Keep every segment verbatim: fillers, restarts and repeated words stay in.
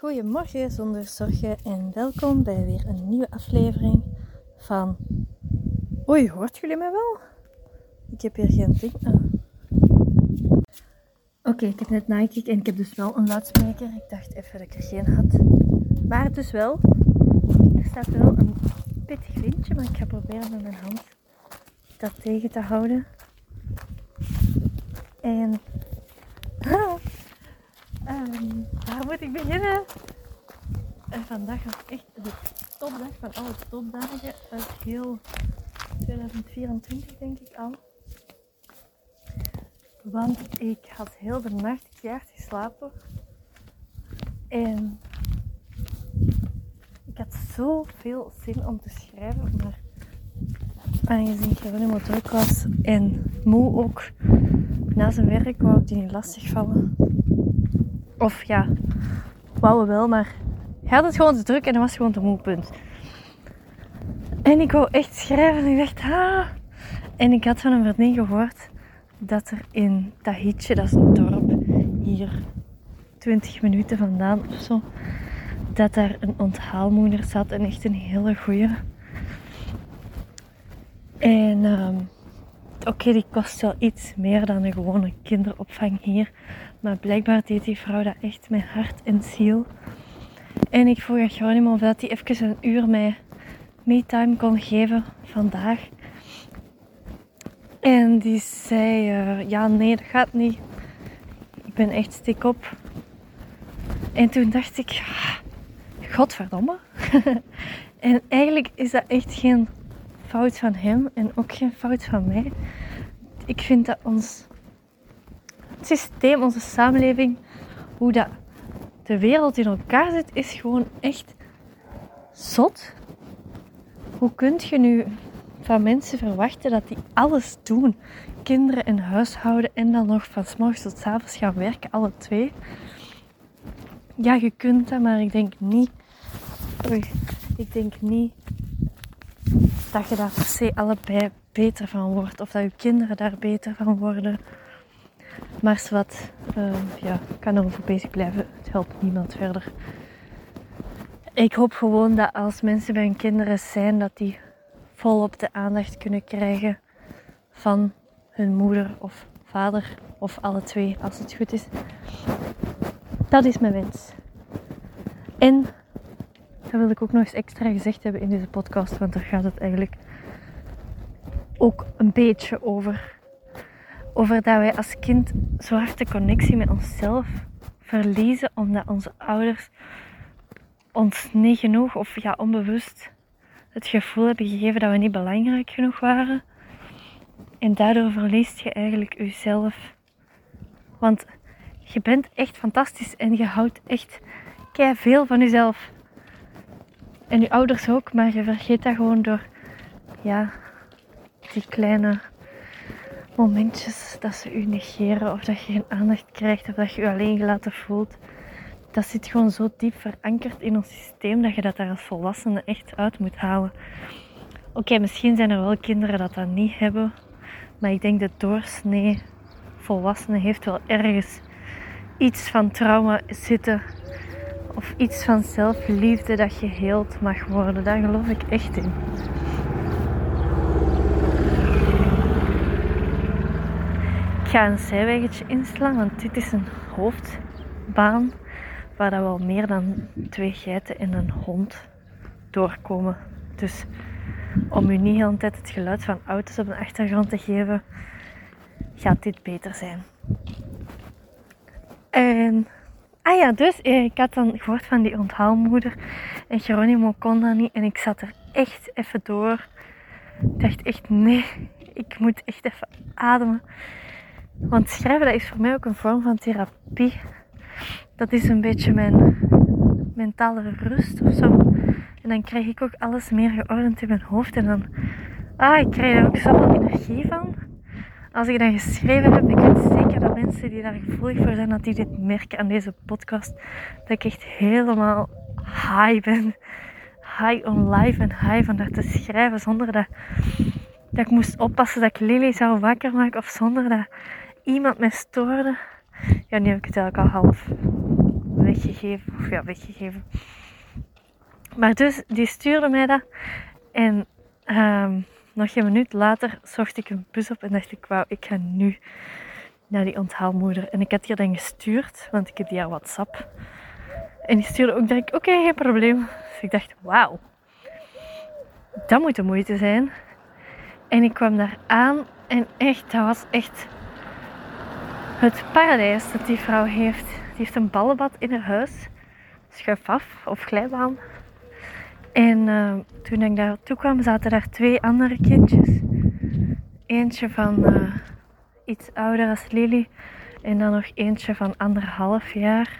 Goedemorgen zonder zorgen en welkom bij weer een nieuwe aflevering van... Oei, hoort jullie mij wel? Ik heb hier geen ding aan. Oké, okay, ik heb net nagekeken en ik heb dus wel een luidspreker. Ik dacht even dat ik er geen had. Maar dus wel. Er staat wel een pittig windje, maar ik ga proberen met mijn hand dat tegen te houden. En... Um, waar moet ik beginnen? En vandaag was echt de topdag van alle topdagen uit heel tweeduizend vierentwintig, denk ik al. Want ik had heel de nacht keihard geslapen. En ik had zoveel zin om te schrijven, maar aangezien Geronimo druk was en moe ook na zijn werk, wou ik die niet lastigvallen. Of ja, wou wel, maar hij had het gewoon te druk en dat was gewoon te moe, punt. En ik wou echt schrijven en ik dacht, ah. En ik had van een vriendin gehoord dat er in Tahitje, dat is een dorp hier twintig minuten vandaan of zo, dat daar een onthaalmoeder zat en echt een hele goeie. En um, oké, okay, die kost wel iets meer dan een gewone kinderopvang hier. Maar blijkbaar deed die vrouw dat echt met hart en ziel. En ik vroeg aan Geronimo of dat hij even een uur mij me-time kon geven vandaag. En die zei, uh, ja nee, dat gaat niet. Ik ben echt stik op. En toen dacht ik, ja, godverdomme. En eigenlijk is dat echt geen fout van hem en ook geen fout van mij. Ik vind dat ons het systeem, onze samenleving, hoe dat de wereld in elkaar zit, is gewoon echt zot. Hoe kun je nu van mensen verwachten dat die alles doen? Kinderen en huishouden en dan nog van 's morgens tot 's avonds gaan werken, alle twee. Ja, je kunt dat, maar ik denk niet... Oei, ik denk niet dat je daar per se allebei beter van wordt. Of dat je kinderen daar beter van worden. Maar zwart, uh, ja, ik kan erover bezig blijven. Het helpt niemand verder. Ik hoop gewoon dat als mensen bij hun kinderen zijn, dat die volop de aandacht kunnen krijgen van hun moeder of vader. Of alle twee, als het goed is. Dat is mijn wens. En dat wil ik ook nog eens extra gezegd hebben in deze podcast, want daar gaat het eigenlijk ook een beetje over. Over dat wij als kind zo hard de connectie met onszelf verliezen, omdat onze ouders ons niet genoeg, of ja, onbewust het gevoel hebben gegeven dat we niet belangrijk genoeg waren. En daardoor verliest je eigenlijk jezelf. Want je bent echt fantastisch en je houdt echt kei veel van jezelf. En je ouders ook, maar je vergeet dat gewoon door, ja, die kleine momentjes dat ze u negeren of dat je geen aandacht krijgt of dat je je alleen gelaten voelt. Dat zit gewoon zo diep verankerd in ons systeem dat je dat daar als volwassene echt uit moet halen. Oké, okay, misschien zijn er wel kinderen dat dat niet hebben, maar ik denk dat doorsnee volwassene heeft wel ergens iets van trauma zitten of iets van zelfliefde dat geheeld mag worden. Daar geloof ik echt in. Ik ga een zijweggetje inslaan, want dit is een hoofdbaan waar dat wel meer dan twee geiten en een hond doorkomen. Dus om u niet de hele tijd het geluid van auto's op de achtergrond te geven, gaat dit beter zijn. En, ah ja, dus ik had dan gehoord van die onthaalmoeder en Geronimo kon dat niet en ik zat er echt even door. Ik dacht echt, nee, ik moet echt even ademen. Want schrijven, dat is voor mij ook een vorm van therapie. Dat is een beetje mijn mentale rust of zo. En dan krijg ik ook alles meer geordend in mijn hoofd. En dan, ah, ik krijg er ook zoveel energie van. Als ik dan geschreven heb, ik weet zeker dat mensen die daar gevoelig voor zijn, dat die dit merken aan deze podcast. Dat ik echt helemaal high ben. High on life en high van daar te schrijven zonder dat, dat ik moest oppassen dat ik Lily zou wakker maken of zonder dat iemand mij stoorde. Ja, nu heb ik het eigenlijk al half weggegeven. Of ja, weggegeven. Maar dus, die stuurde mij dat. En um, nog een minuut later zocht ik een bus op en dacht ik, wauw, ik ga nu naar die onthaalmoeder. En ik had die dan gestuurd, want ik heb die aan WhatsApp. En die stuurde ook direct, oké, okay, geen probleem. Dus ik dacht, wauw, dat moet de moeite zijn. En ik kwam daar aan en echt, dat was echt het paradijs dat die vrouw heeft. Die heeft een ballenbad in haar huis. Schuif af, of glijbaan. En uh, toen ik daar toe kwam, zaten daar twee andere kindjes. Eentje van uh, iets ouder als Lily. En dan nog eentje van anderhalf jaar.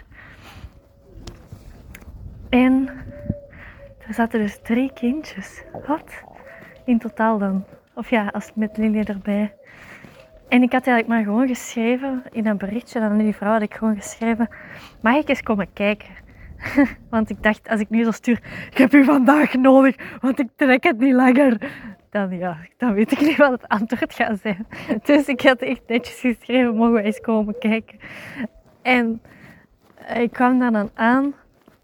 En er zaten dus drie kindjes. Wat? In totaal dan. Of ja, als met Lily erbij. En ik had eigenlijk maar gewoon geschreven, in een berichtje aan die vrouw had ik gewoon geschreven, mag ik eens komen kijken? Want ik dacht, als ik nu zo stuur, ik heb u vandaag nodig, want ik trek het niet langer. Dan, ja, dan weet ik niet wat het antwoord gaat zijn. Dus ik had echt netjes geschreven, mogen we eens komen kijken? En ik kwam daar dan aan.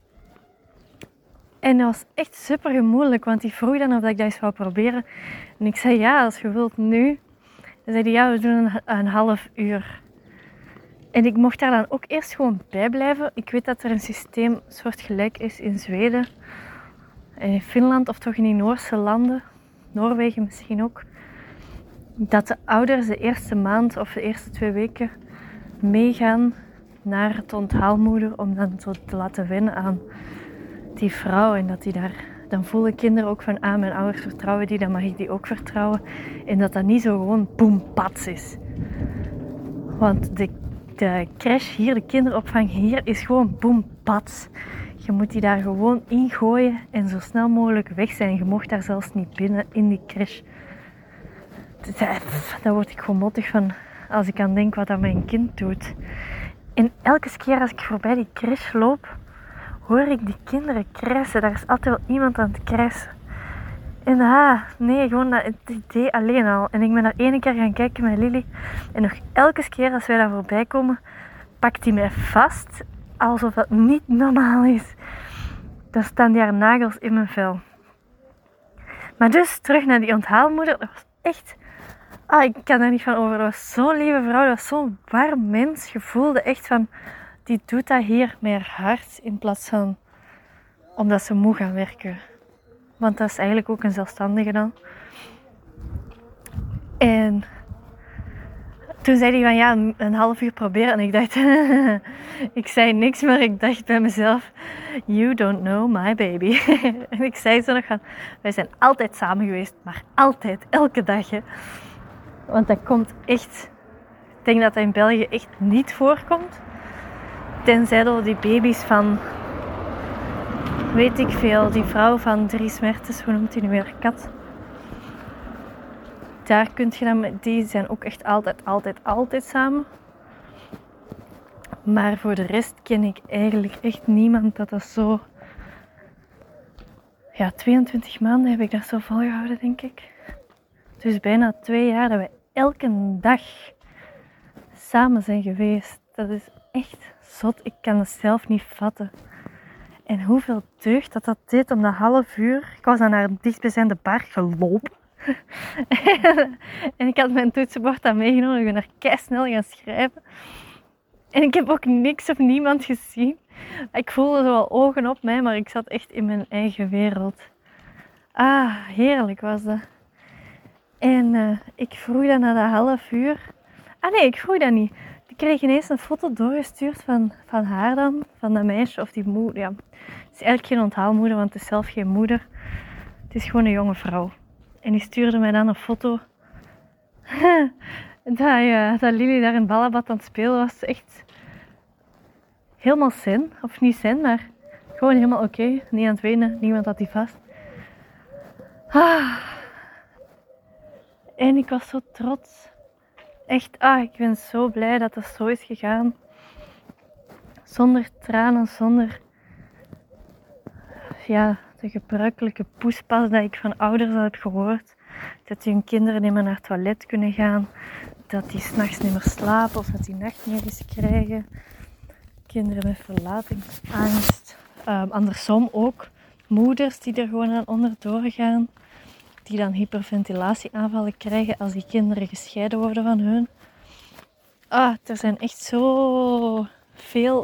En dat was echt super gemoeilijk, want die vroeg dan of ik dat eens wou proberen. En ik zei, ja, als je wilt nu. Dan zei hij, ja, we doen een, een half uur. En ik mocht daar dan ook eerst gewoon bij blijven. Ik weet dat er een systeem soortgelijk is in Zweden. En in Finland, of toch in die Noorse landen. Noorwegen misschien ook. Dat de ouders de eerste maand of de eerste twee weken meegaan naar het onthaalmoeder. Om dan zo te laten wennen aan die vrouw. En dat die daar... Dan voelen kinderen ook van, ah, mijn ouders vertrouwen die, dan mag ik die ook vertrouwen. En dat dat niet zo gewoon boem, pats is. Want de, de crash hier, de kinderopvang hier, is gewoon boem, pats. Je moet die daar gewoon ingooien en zo snel mogelijk weg zijn. Je mocht daar zelfs niet binnen in die crash. Daar word ik gewoon mottig van als ik aan denk wat dat mijn kind doet. En elke keer als ik voorbij die crash loop, hoor ik die kinderen krijsen. Daar is altijd wel iemand aan het krijsen. En ah, nee, gewoon dat het idee alleen al. En ik ben daar ene keer gaan kijken met Lily. En nog elke keer als wij daar voorbij komen, pakt hij mij vast. Alsof dat niet normaal is. Dan staan die haar nagels in mijn vel. Maar dus, terug naar die onthaalmoeder. Dat was echt... Ah, ik kan daar niet van over. Dat was zo'n lieve vrouw. Dat was zo'n warm mens. Je voelde echt van... Die doet dat hier met haar hart in plaats van omdat ze moe gaan werken. Want dat is eigenlijk ook een zelfstandige dan. En toen zei hij van ja, een, een half uur proberen. En ik dacht, ik zei niks, maar ik dacht bij mezelf, you don't know my baby. En ik zei zo nog van, wij zijn altijd samen geweest, maar altijd, elke dag. Hè. Want dat komt echt, ik denk dat dat in België echt niet voorkomt. Tenzij door die baby's van, weet ik veel, die vrouw van Dries Mertens, hoe noemt hij nu weer, Kat. Daar kun je dan, die zijn ook echt altijd, altijd, altijd samen. Maar voor de rest ken ik eigenlijk echt niemand dat dat zo... Ja, tweeëntwintig maanden heb ik dat zo volgehouden, denk ik. Dus bijna twee jaar dat we elke dag samen zijn geweest. Dat is echt zot. Ik kan het zelf niet vatten. En hoeveel deugd dat dat deed om dat half uur. Ik was dan naar het dichtstbijzijnde bar gelopen. En ik had mijn toetsenbord dan meegenomen. Ik ben er keisnel gaan schrijven. En ik heb ook niks of niemand gezien. Ik voelde zo wel ogen op mij, maar ik zat echt in mijn eigen wereld. Ah, heerlijk was dat. En uh, ik vroeg dan na dat half uur... Ah nee, ik vroeg dat niet. Ik kreeg ineens een foto doorgestuurd van, van haar dan. Van dat meisje of die moeder. Ja. Het is eigenlijk geen onthaalmoeder, want het is zelf geen moeder. Het is gewoon een jonge vrouw. En die stuurde mij dan een foto. dat, ja, dat Lily daar in het ballenbad aan het spelen was. Echt helemaal zen. Of niet zen, maar gewoon helemaal oké. Okay. Niet aan het wenen. Niemand had die vast. Ah. En ik was zo trots. Echt, ah, ik ben zo blij dat het zo is gegaan. Zonder tranen, zonder ja, de gebruikelijke poespas dat ik van ouders al heb gehoord. Dat hun kinderen niet meer naar het toilet kunnen gaan. Dat die 's nachts niet meer slapen of dat die nachtmerries krijgen. kinderen met verlatingsangst. Um, andersom ook moeders die er gewoon aan onderdoor gaan. Die dan hyperventilatieaanvallen krijgen als die kinderen gescheiden worden van hun. Ah, er zijn echt zo veel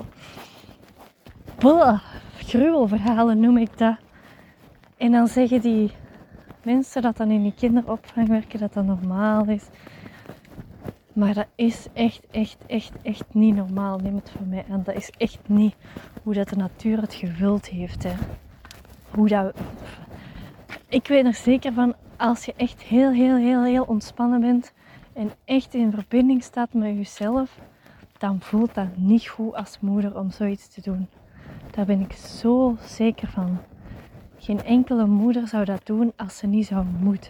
gruwelverhalen, noem ik dat. En dan zeggen die mensen dat dan in die kinderopvang werken, dat dat normaal is. Maar dat is echt, echt, echt, echt niet normaal. Neem het voor mij aan. Dat is echt niet hoe dat de natuur het gevuld heeft. Hè. Hoe dat... Ik weet er zeker van, als je echt heel, heel, heel, heel ontspannen bent en echt in verbinding staat met jezelf, dan voelt dat niet goed als moeder om zoiets te doen. Daar ben ik zo zeker van. Geen enkele moeder zou dat doen als ze niet zou moeten.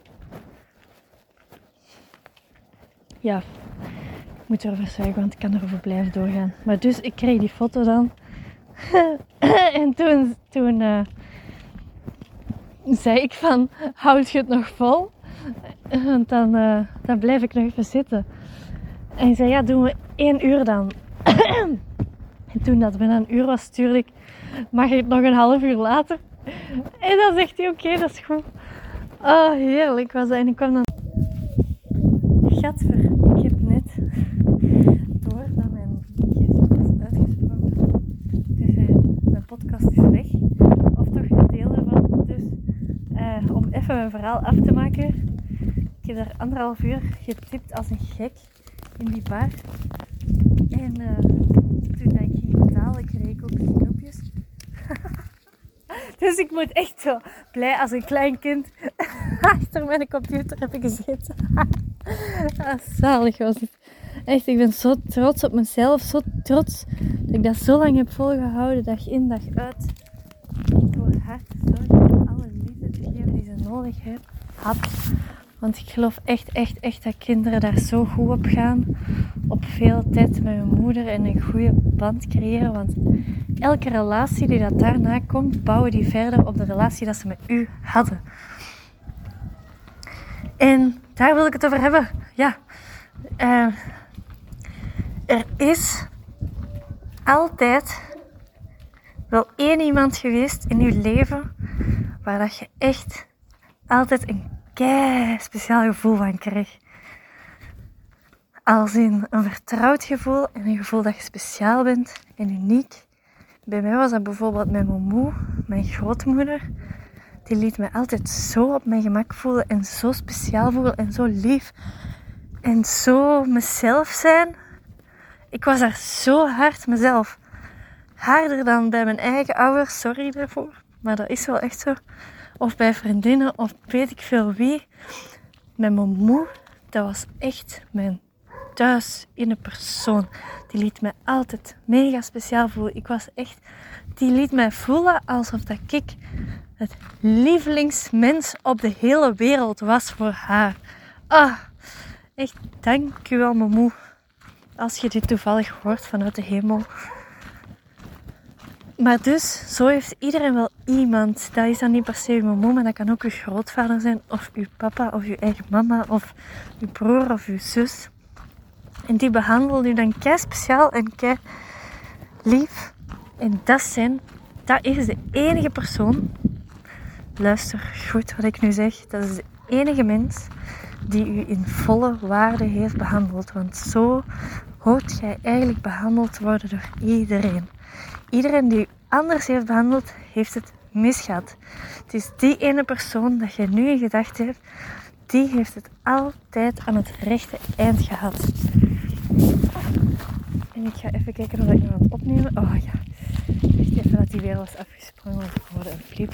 Ja, ik moet erover zwijgen, want ik kan erover blijven doorgaan. Maar dus, ik kreeg die foto dan. En toen, toen uh, zei ik van, houd je het nog vol? Want dan, uh, dan blijf ik nog even zitten. En hij zei, ja, doen we één uur dan. En toen dat bijna een uur was, natuurlijk, mag ik het nog een half uur later? En dan zegt hij, oké, okay, dat is goed. Oh, heerlijk was dat. En ik kwam dan... Gadver, ik heb net door dat mijn gsm was uitgesprongen. Dus uh, mijn podcast is weg. Of toch een deel ervan. Dus uh, om even mijn verhaal af te maken. Ik heb daar anderhalf uur getipt als een gek in die bar. En uh, toen dat ik ging betalen, kreeg ik ook snoepjes. Dus ik moet echt zo blij als een klein kind achter mijn computer hebben gezeten. Ah, zalig was het. Echt, ik ben zo trots op mezelf. Zo trots dat ik dat zo lang heb volgehouden, dag in, dag uit. Door haar te zorgen en alle liefde te geven die ze nodig had. Want ik geloof echt, echt, echt dat kinderen daar zo goed op gaan. Op veel tijd met hun moeder en een goede band creëren. Want elke relatie die dat daarna komt, bouwen die verder op de relatie dat ze met u hadden. En daar wil ik het over hebben. Ja, uh, er is altijd wel één iemand geweest in je leven waar dat je echt altijd een kei speciaal gevoel van kreeg. Als in een vertrouwd gevoel en een gevoel dat je speciaal bent en uniek. Bij mij was dat bijvoorbeeld mijn moeder, mijn grootmoeder. Die liet me altijd zo op mijn gemak voelen en zo speciaal voelen en zo lief. En zo mezelf zijn. Ik was daar zo hard mezelf. Harder dan bij mijn eigen ouders, sorry daarvoor. Maar dat is wel echt zo. Of bij vriendinnen of weet ik veel wie. Met mijn moeder, dat was echt mijn thuis in een persoon. Die liet mij altijd mega speciaal voelen. Ik was echt... Die liet mij voelen alsof dat ik het lievelingsmens op de hele wereld was voor haar. Ah, echt dank u wel, mijn moe. Als je dit toevallig hoort vanuit de hemel. Maar dus, zo heeft iedereen wel iemand. Dat is dan niet per se uw moe, maar dat kan ook uw grootvader zijn. Of uw papa, of uw eigen mama, of uw broer, of uw zus. En die behandelt u dan kei speciaal en kei lief. En dat zijn, dat is de enige persoon. Luister goed wat ik nu zeg. Dat is de enige mens die u in volle waarde heeft behandeld. Want zo hoort jij eigenlijk behandeld te worden door iedereen. Iedereen die u anders heeft behandeld, heeft het misgehad. Het is die ene persoon dat je nu in gedachten hebt, die heeft het altijd aan het rechte eind gehad. En ik ga even kijken of ik nog aan het opnemen. Oh ja, echt even dat die weer was afgesprongen, want ik hoorde een flip.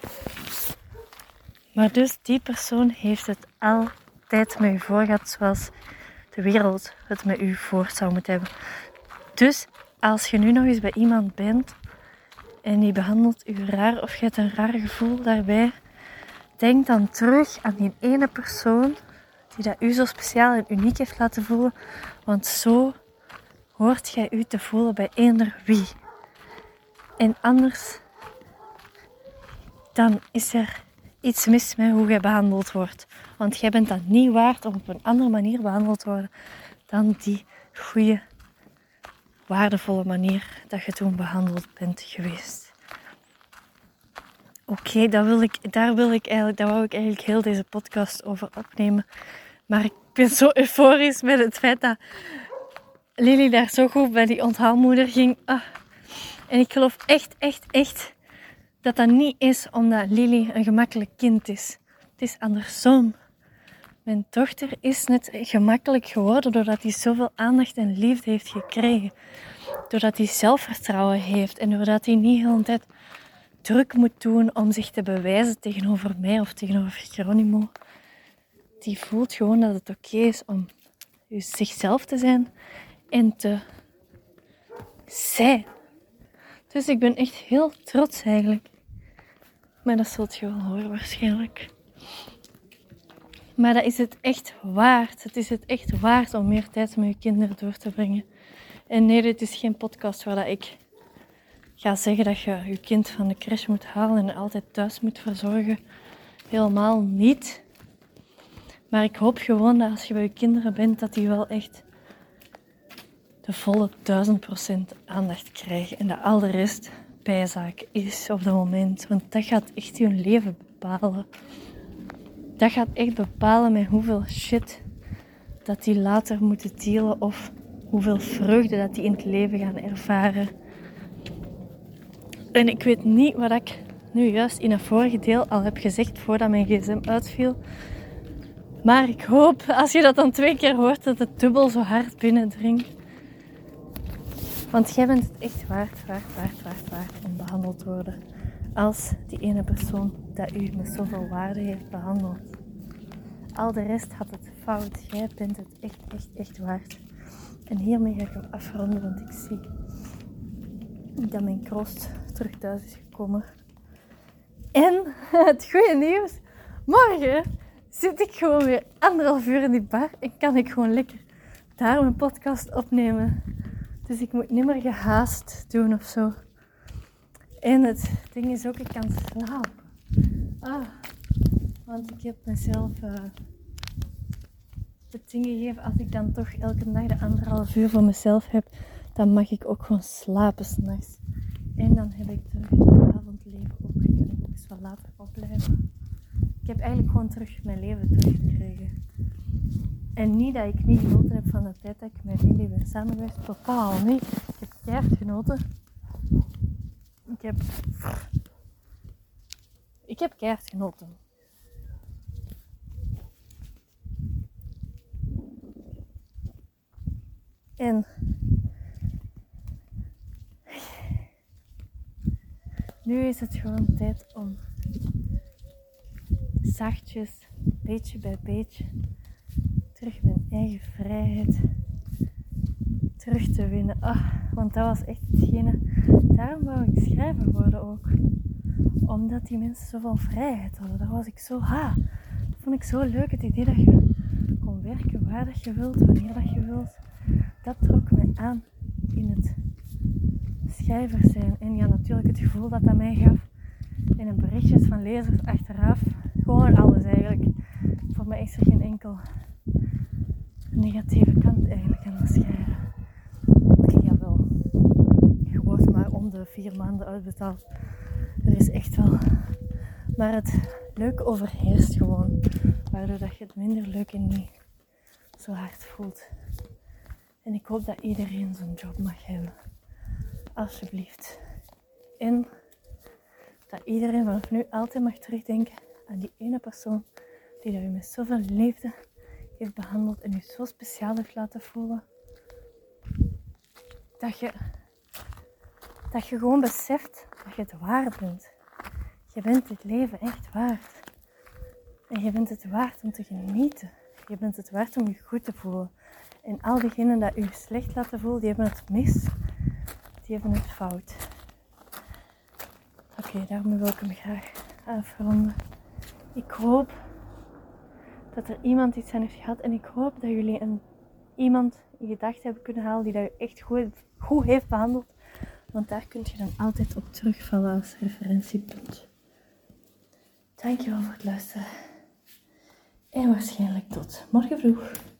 Maar dus die persoon heeft het altijd met u voor gehad zoals de wereld het met u voor zou moeten hebben. Dus als je nu nog eens bij iemand bent en die behandelt u raar of je hebt een raar gevoel daarbij, denk dan terug aan die ene persoon die dat u zo speciaal en uniek heeft laten voelen. Want zo hoort jij u te voelen bij eender wie. En anders, dan is er iets mis met hoe jij behandeld wordt. Want jij bent dat niet waard om op een andere manier behandeld te worden dan die goede waardevolle manier dat je toen behandeld bent geweest. Oké, okay, daar wil ik, daar wil ik eigenlijk, daar wou ik eigenlijk heel deze podcast over opnemen. Maar ik ben zo euforisch met het feit dat Lily daar zo goed bij die onthaalmoeder ging. Ah. En ik geloof echt, echt, echt dat dat niet is omdat Lily een gemakkelijk kind is. Het is andersom. Mijn dochter is net gemakkelijk geworden doordat hij zoveel aandacht en liefde heeft gekregen. Doordat hij zelfvertrouwen heeft en doordat hij niet de hele tijd druk moet doen om zich te bewijzen tegenover mij of tegenover Geronimo. Die voelt gewoon dat het oké is om zichzelf te zijn en te zijn. Dus ik ben echt heel trots eigenlijk. Maar dat zult je wel horen waarschijnlijk. Maar dat is het echt waard. Het is het echt waard om meer tijd met je kinderen door te brengen. En nee, dit is geen podcast waar dat ik ga zeggen dat je je kind van de crash moet halen en altijd thuis moet verzorgen. Helemaal niet. Maar ik hoop gewoon dat als je bij je kinderen bent, dat die wel echt de volle duizend procent aandacht krijgen. En dat al de rest bijzaak is op dat moment. Want dat gaat echt je leven bepalen. Dat gaat echt bepalen met hoeveel shit dat die later moeten dealen. Of hoeveel vreugde dat die in het leven gaan ervaren. En ik weet niet wat ik nu juist in het vorige deel al heb gezegd voordat mijn gsm uitviel. Maar ik hoop, als je dat dan twee keer hoort, dat het dubbel zo hard binnendringt. Want jij bent het echt waard, waard, waard, waard, waard om behandeld te worden. Als die ene persoon dat u met zoveel waarde heeft behandeld. Al de rest had het fout. Jij bent het echt, echt, echt waard. En hiermee ga ik hem afronden, want ik zie dat mijn kroost terug thuis is gekomen. En het goede nieuws, morgen zit ik gewoon weer anderhalf uur in die bar en kan ik gewoon lekker daar mijn podcast opnemen. Dus ik moet niet meer gehaast doen of zo. En het ding is ook, ik kan slapen. Ah, want ik heb mezelf uh, het ding gegeven, als ik dan toch elke dag de anderhalf uur voor mezelf heb, dan mag ik ook gewoon slapen 's nachts. En dan heb ik terug het avondleven ook. Dan kan ik ook eens wat later opblijven. Ik heb eigenlijk gewoon terug mijn leven teruggekregen. En niet dat ik niet genoten heb van de tijd dat ik met Lily ben samen geweest. Totaal niet. Ik heb keihard genoten. Ik heb... Ik heb keihard genoten. En... nu is het gewoon tijd om zachtjes, beetje bij beetje, terug mijn eigen vrijheid terug te winnen. Ah, want dat was echt hetgene. Daarom wou ik schrijver worden ook. Omdat die mensen zoveel vrijheid hadden. Daar was ik zo, ha, dat vond ik zo leuk. Het idee dat je kon werken waar dat je wilt, wanneer dat je wilt. Dat trok mij aan in het schrijver zijn. En ja, natuurlijk het gevoel dat dat mij gaf. En een berichtjes van lezers achteraf. Gewoon alles eigenlijk. Voor mij is er geen enkel negatieve kant eigenlijk aan het schrijven. Oké, okay, jawel. Je wordt maar om de vier maanden uitbetaald. Er is echt wel. Maar het leuke overheerst gewoon. Waardoor dat je het minder leuk en niet zo hard voelt. En ik hoop dat iedereen zo'n job mag hebben. Alsjeblieft. En dat iedereen vanaf nu altijd mag terugdenken aan die ene persoon die dat u met zoveel liefde heeft behandeld en u zo speciaal heeft laten voelen. Dat je, dat je gewoon beseft dat je het waard bent. Je bent het leven echt waard. En je bent het waard om te genieten. Je bent het waard om je goed te voelen. En al diegenen dat u slecht laten voelen, die hebben het mis. Die hebben het fout. Oké, okay, daarmee wil ik hem graag afronden. Ik hoop dat er iemand iets aan heeft gehad. En ik hoop dat jullie een, iemand in gedachten hebben kunnen halen die dat u echt goed, goed heeft behandeld. Want daar kun je dan altijd op terugvallen als referentiepunt. Dankjewel voor het luisteren. En waarschijnlijk tot morgen vroeg.